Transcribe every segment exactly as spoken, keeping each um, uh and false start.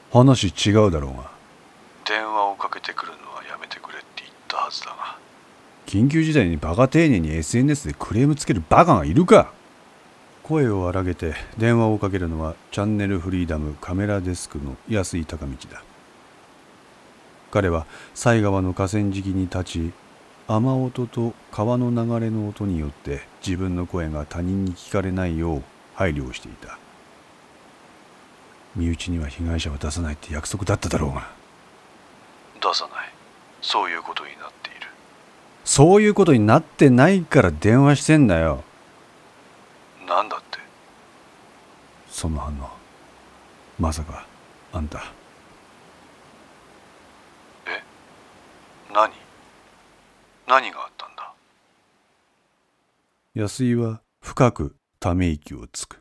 話違うだろうが。 電話をかけてくるのはやめてくれって言ったはずだが。 緊急事態にバカ丁寧に エスエヌエス でクレームつけるバカがいるか。声を荒げて電話をかけるのはチャンネルフリーダムカメラデスクの安井孝道だ。彼は犀川の河川敷に立ち、雨音と川の流れの音によって自分の声が他人に聞かれないよう配慮をしていた。身内には被害者は出さないって約束だっただろうが。 出さない。そういうことになっている。 そういうことになってないから電話してんだよ。 なんだって。 その反応、まさかあんた。 え？何？何があったんだ？ 安井は深くため息をつく。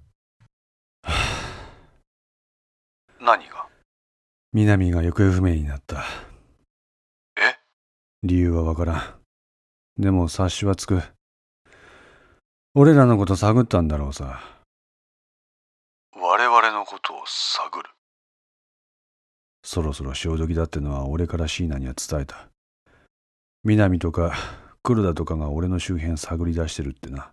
何が？ 南が行方不明になった。 え？ 理由はわからん。でも察しはつく。俺らのこと探ったんだろうさ。 我々のことを探る？ そろそろ潮時だってのは俺から椎名には伝えた。南とか黒田とかが俺の周辺探り出してるってな。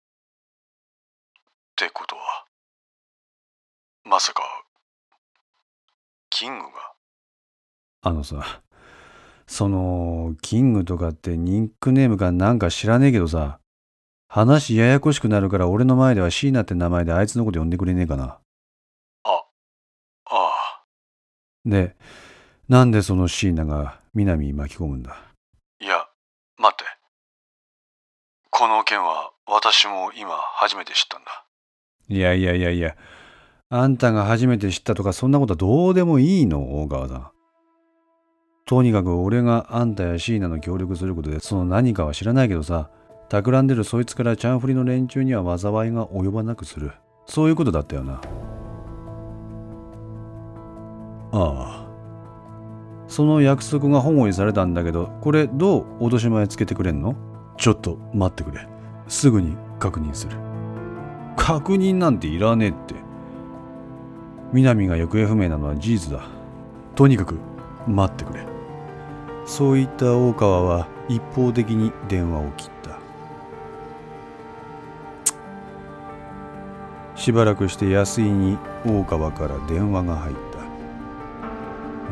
ってことは、まさかキングが？ あのさ、そのキングとかってニックネームかなんか知らねえけどさ、話ややこしくなるから俺の前では椎名って名前であいつのこと呼んでくれねえかな。 あ、ああ。 で、なんでその椎名が南に巻き込むんだ？ いや、待って。この件は私も今初めて知ったんだ。 いやいやいやいや、あんたが初めて知ったとかそんなことはどうでもいいの、大川さん。とにかく俺があんたや椎名の協力することでその何かは知らないけどさ、企んでるそいつからチャンフリの連中には災いが及ばなくする。そういうことだったよな。ああ。その約束が保護にされたんだけど、これどう落とし前つけてくれんの？ちょっと待ってくれ。すぐに確認する。確認なんていらねえって。南が行方不明なのは事実だ。とにかく待ってくれ。そう言った大川は一方的に電話を切った。しばらくして安井に大川から電話が入った。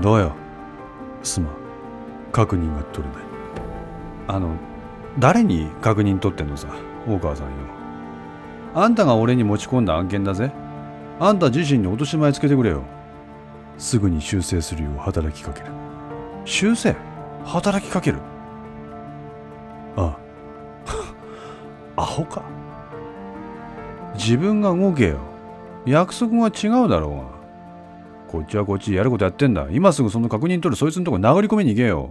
どうよ。すまん、確認が取れない。あの誰に確認取ってんのさ、大川さんよ。あんたが俺に持ち込んだ案件だぜ。あんた自身に落とし前つけてくれよ。すぐに修正するよう働きかける。修正？働きかける？ああアホか。自分が動けよ。約束が違うだろうが。こっちはこっちやることやってんだ。今すぐその確認取るそいつのとこ殴り込みに行けよ。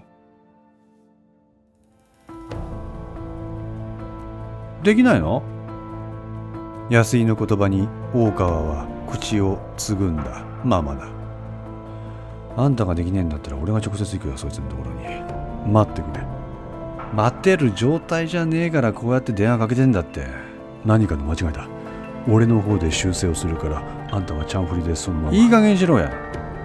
できないの？安井の言葉に大川は口をつぐんだままだ。あんたができねえんだったら俺が直接行くよ、そいつのところに。待ってくれ。待てる状態じゃねえからこうやって電話かけてんだって。何かの間違いだ。俺の方で修正をするからあんたはチャンフリでそのまま。いい加減にしろや。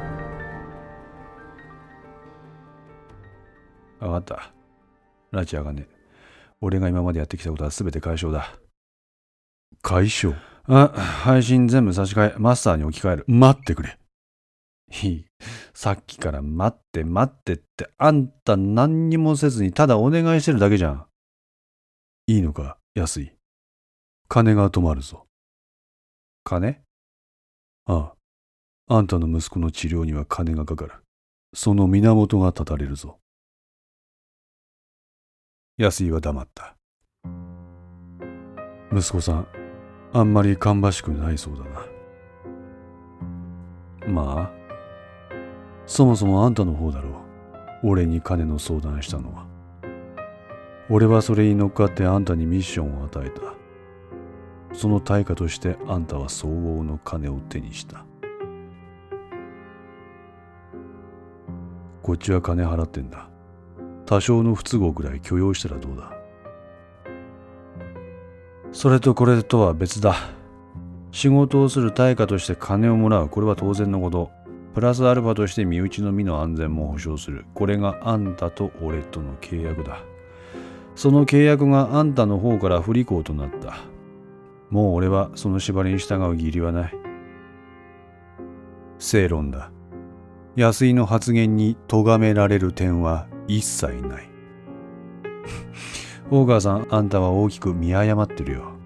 分かった。拉致あがねえ。俺が今までやってきたことは全て解消だ。解消？あ、配信全部差し替え、マスターに置き換える。待ってくれ。いい。さっきから待って待ってってあんた何にもせずにただお願いしてるだけじゃん。いいのか、安井。金が止まるぞ。金？ああ。あんたの息子の治療には金がかかる。その源が断たれるぞ。安井は黙った。息子さん、あんまり芳しくないそうだな。まあ、そもそもあんたの方だろう。俺に金の相談したのは。俺はそれに乗っかってあんたにミッションを与えた。その対価としてあんたは相応の金を手にした。こっちは金払ってんだ。多少の不都合くらい許容したらどうだ。それとこれとは別だ。仕事をする対価として金をもらう、これは当然のこと。 プラスアルファとして身内の身の安全も保証する。これがあんたと俺との契約だ。その契約があんたの方から不履行となった。もう俺はその縛りに従う義理はない。正論だ。安井の発言に咎められる点は一切ない。大川さん、あんたは大きく見誤ってるよ。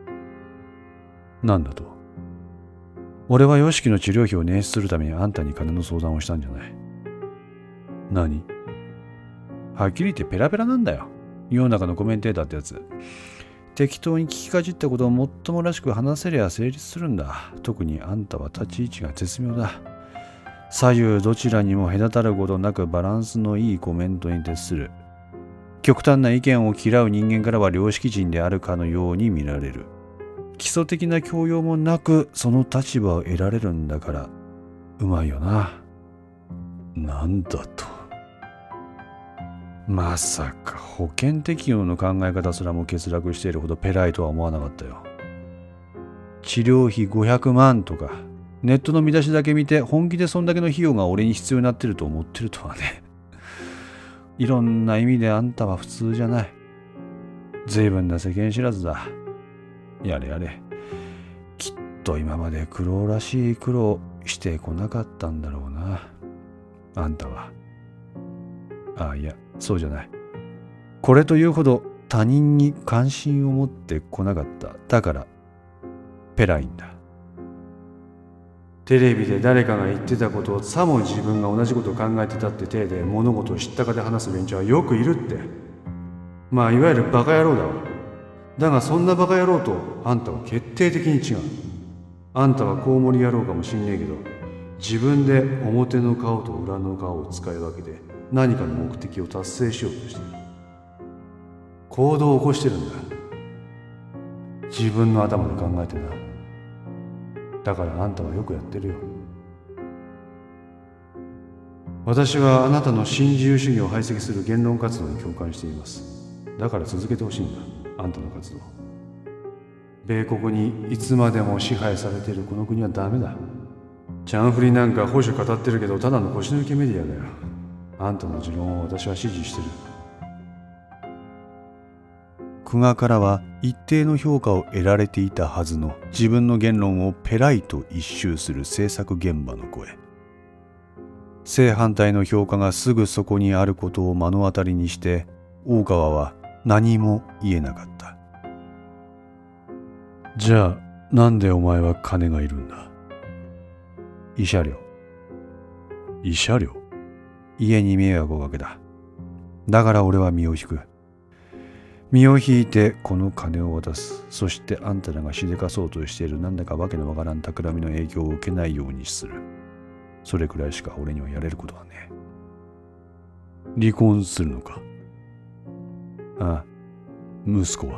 なんだと？俺はヨシキの治療費を捻出するためにあんたに金の相談をしたんじゃない。何？はっきり言ってペラペラなんだよ。世の中のコメンテーターってやつ。適当に聞きかじったことをもっともらしく話せりゃ成立するんだ。特にあんたは立ち位置が絶妙だ。左右どちらにも隔たることなくバランスのいいコメントに徹する。極端な意見を嫌う人間からは良識人であるかのように見られる。基礎的な教養もなくその立場を得られるんだからうまいよな。なんだと。まさか保険適用の考え方すらも欠落しているほどペライとは思わなかったよ。治療費ごひゃくまんとかネットの見出しだけ見て本気でそんだけの費用が俺に必要になってると思ってるとはね。いろんな意味であんたは普通じゃない。随分な世間知らずだ。やれやれ。きっと今まで苦労らしい苦労してこなかったんだろうな。あんたは。ああ、いや、そうじゃない。これというほど他人に関心を持ってこなかった。だからペラインだ。テレビで誰かが言ってたことをさも自分が同じことを考えてたって体で物事を知ったかで話す連中はよくいるって。まあいわゆるバカ野郎だわ。だがそんなバカ野郎とあんたは決定的に違う。あんたはコウモリ野郎かもしんねえけど、自分で表の顔と裏の顔を使い分けて何かの目的を達成しようとしている。行動を起こしてるんだ。自分の頭で考えてな。だからあんたはよくやってるよ。私はあなたの新自由主義を排斥する言論活動に共感しています。だから続けてほしいんだ、あんたの活動。米国にいつまでも支配されているこの国はダメだ。チャンフリなんか保守語ってるけどただの腰抜けメディアだよ。あんたの持論を私は支持してる。久我からは一定の評価を得られていたはずの自分の言論をペライと一蹴する制作現場の声。正反対の評価がすぐそこにあることを目の当たりにして大川は何も言えなかった。じゃあなんでお前は金がいるんだ。慰謝料。慰謝料？家に迷惑をかけた。だから俺は身を引く。身を引いてこの金を渡す。そしてあんたらがしでかそうとしているなんだかわけのわからん企みの影響を受けないようにする。それくらいしか俺にはやれることはねえ。離婚するのか。ああ、息子は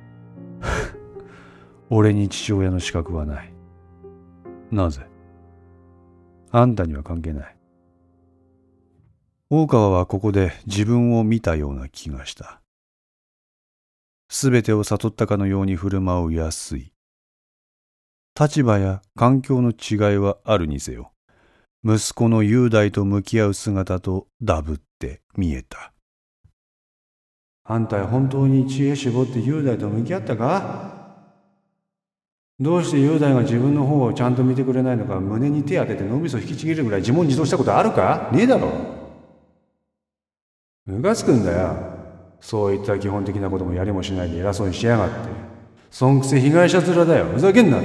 俺に父親の資格はない。なぜ？あんたには関係ない。大川はここで自分を見たような気がした。すべてを悟ったかのように振る舞う安井。立場や環境の違いはあるにせよ、息子の雄大と向き合う姿とダブって見えた。あんたは本当に知恵絞って雄大と向き合ったか？どうして雄大が自分の方をちゃんと見てくれないのか胸に手当てて脳みそ引きちぎるぐらい自問自答したことあるか？ねえだろ。ムカつくんだよ。そういった基本的なこともやりもしないで偉そうにしやがって。そんくせ被害者面だよ。ふざけんなって。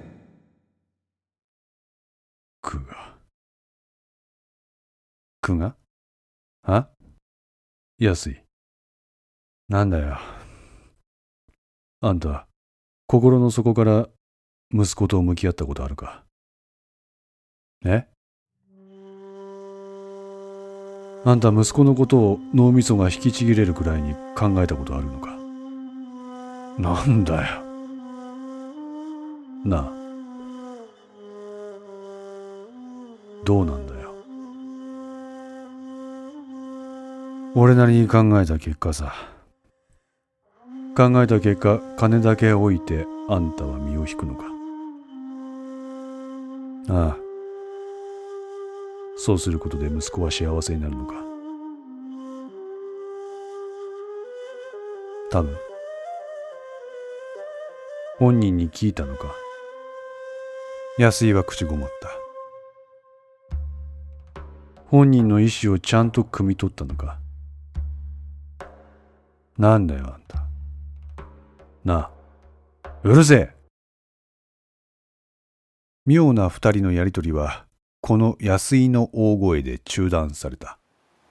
久我。久我？あ？安井。なんだよ。あんた、心の底から息子と向き合ったことあるか？え？あんた息子のことを脳みそが引きちぎれるくらいに考えたことあるのか？なんだよ。なあ。どうなんだよ。俺なりに考えた結果さ。考えた結果、金だけ置いてあんたは身を引くのか？ああ。 そうすることで息子は幸せになるのか。多分本人に聞いたのか。安井は口ごもった。本人の意思をちゃんと汲み取ったのか。なんだよあんた。なあ、うるせえ。妙な二人のやりとりはこの安井の大声で中断された。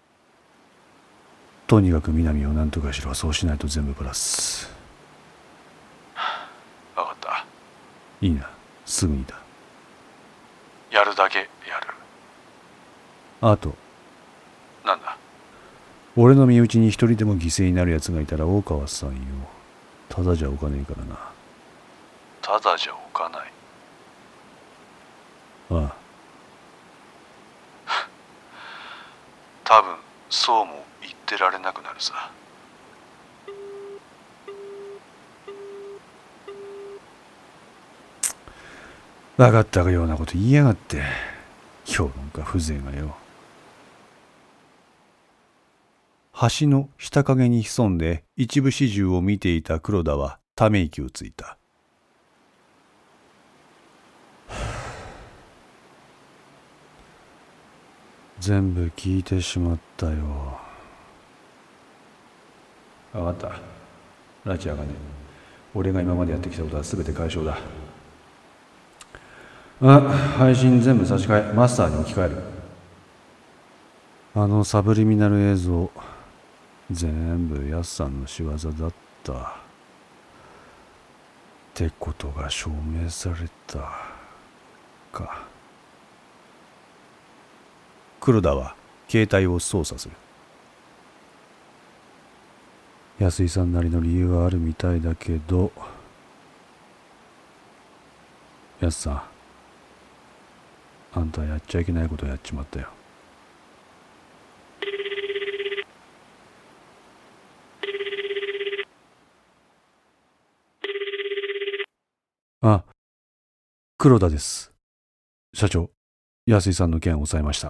とにかく南を何とかしろ。そうしないと全部プラス。 分かった。 いいな、すぐにだ。 やるだけやる。 あと、 なんだ。 俺の身内に一人でも犠牲になる奴がいたら大川さんよ。ただじゃおかねえからな。 ただじゃおかない。 ああ。 多分そうも言ってられなくなるさ。 分かったようなこと言いやがって。評論家風情がよ。橋の下陰に潜んで一部始終を見ていた黒田はため息をついた。全部聞いてしまったよ。分かった。拉致あかね。俺が今までやってきたことは全て解消だ。あ、配信全部差し替え、マスターに置き換える。あのサブリミナル映像、全部ヤスさんの仕業だったってことが証明されたか。黒田は携帯を操作する。安井さんなりの理由はあるみたいだけど、安さん、あんたやっちゃいけないことやっちまったよ。あ、黒田です。社長、安井さんの件を抑えました。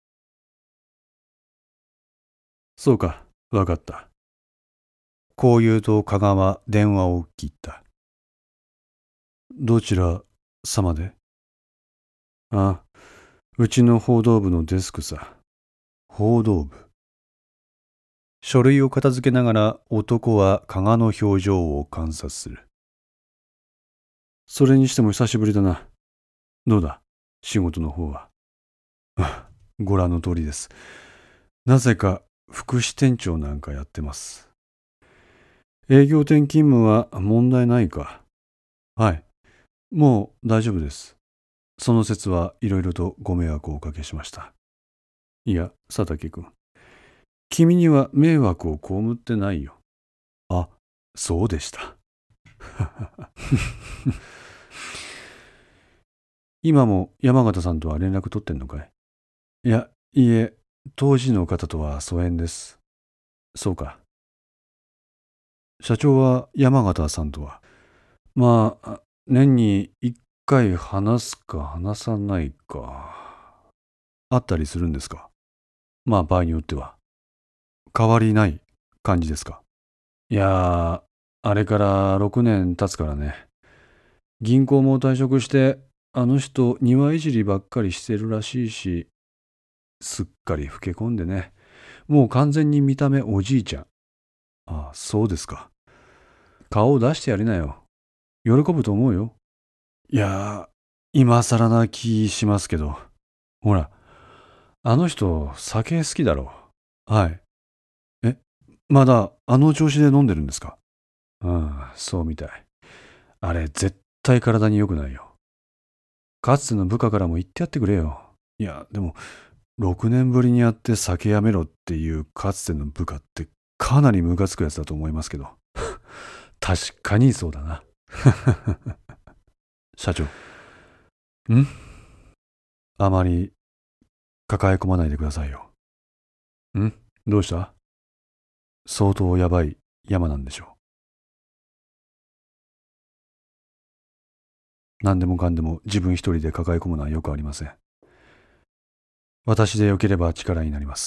そうか、わかった。こう言うと加賀は電話を切った。どちら様で？あ、うちの報道部のデスクさ。報道部。書類を片付けながら男は加賀の表情を観察する。それにしても久しぶりだな。どうだ、仕事の方は。ご覧の通りです。なぜか副支店長なんかやってます。営業店勤務は問題ないか。はい、もう大丈夫です。その節はいろいろとご迷惑をおかけしました。いや、佐竹君、君には迷惑を被ってないよ。あ、そうでした。今も山形さんとは連絡取ってんのかい？いや、いいえ、当時の方とは疎遠です。そうか。社長は山形さんとは、まあ、年に一回話すか話さないか、あったりするんですか？まあ、場合によっては。変わりない感じですか？いやー、あれからろくねん経つからね。銀行も退職して、あの人庭いじりばっかりしてるらしいし、すっかり老け込んでね。もう完全に見た目おじいちゃん。ああ、そうですか。顔を出してやりなよ。喜ぶと思うよ。いやー、今更な気しますけど。ほら、あの人酒好きだろ。はい。え、まだあの調子で飲んでるんですか？うん、そうみたい。あれ絶対体に良くないよ。かつての部下からも言ってやってくれよ。いや、でも、ろくねんぶりに会って酒やめろっていうかつての部下ってかなりムカつくやつだと思いますけど。確かにそうだな。社長。ん？あまり抱え込まないでくださいよ。ん？どうした？相当やばい山なんでしょう。何でもかんでも自分一人で抱え込むのはよくありません。 私でよければ力になります。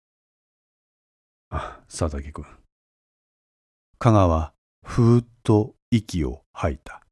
あ、佐竹君。加賀はふーっと息を吐いた。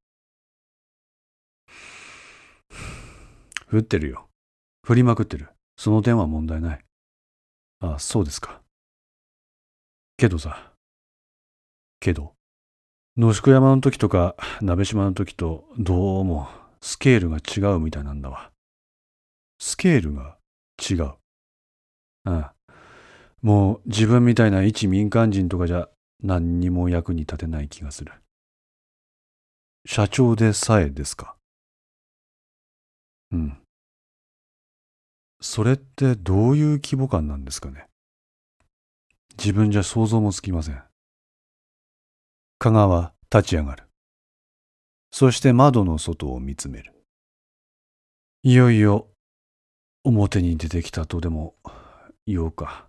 降ってるよ。降りまくってる。その点は問題ない。あ、そうですか。けどさ。けど、野宿山の時とか鍋島の時とどうもスケールが違うみたいなんだわ。スケールが違う。ああ。もう自分みたいな一民間人とかじゃ何にも役に立てない気がする。社長でさえですか。うん。それってどういう規模感なんですかね。自分じゃ想像もつきません。加賀は立ち上がる。そして窓の外を見つめる。いよいよ表に出てきたとでも言おうか。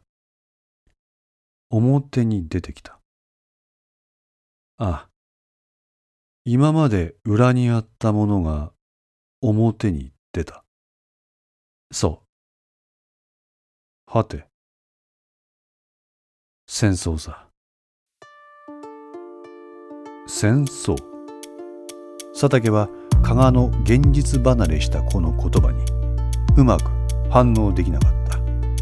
表に出てきた。ああ。今まで裏にあったものが表に出た。そう。はて。戦争さ。戦争。佐竹は加賀の現実離れしたこの言葉にうまく反応できなかった。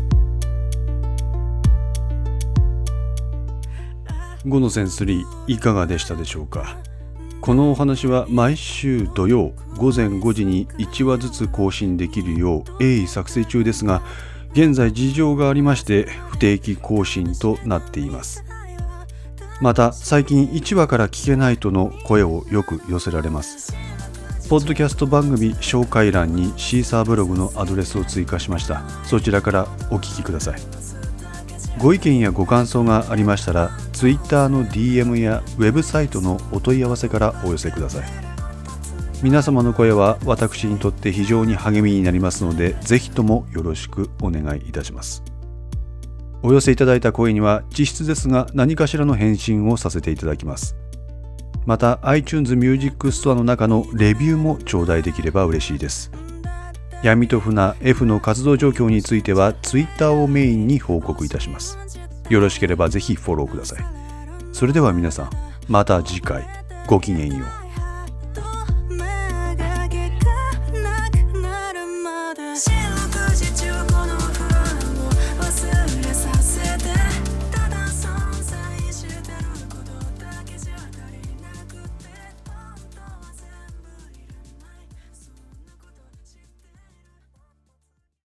ごの線スリーいかがでしたでしょうか。このお話は毎週土曜ごぜんごじにいちわずつ更新できるよう鋭意作成中ですが、現在事情がありまして不定期更新となっています。また最近いちわから聞けないとの声をよく寄せられます。ポッドキャスト番組紹介欄にシーサーブログのアドレスを追加しました。そちらからお聞きください。ご意見やご感想がありましたら Twitter の ディーエム やウェブサイトのお問い合わせからお寄せください。皆様の声は私にとって非常に励みになりますので、ぜひともよろしくお願いいたします。お寄せいただいた声には実質ですが何かしらの返信をさせていただきます。また iTunes Music Store の中のレビューも頂戴できれば嬉しいです。闇と船 F の活動状況については Twitter をメインに報告いたします。よろしければぜひフォローください。それでは皆さん、また次回ごきげんよう。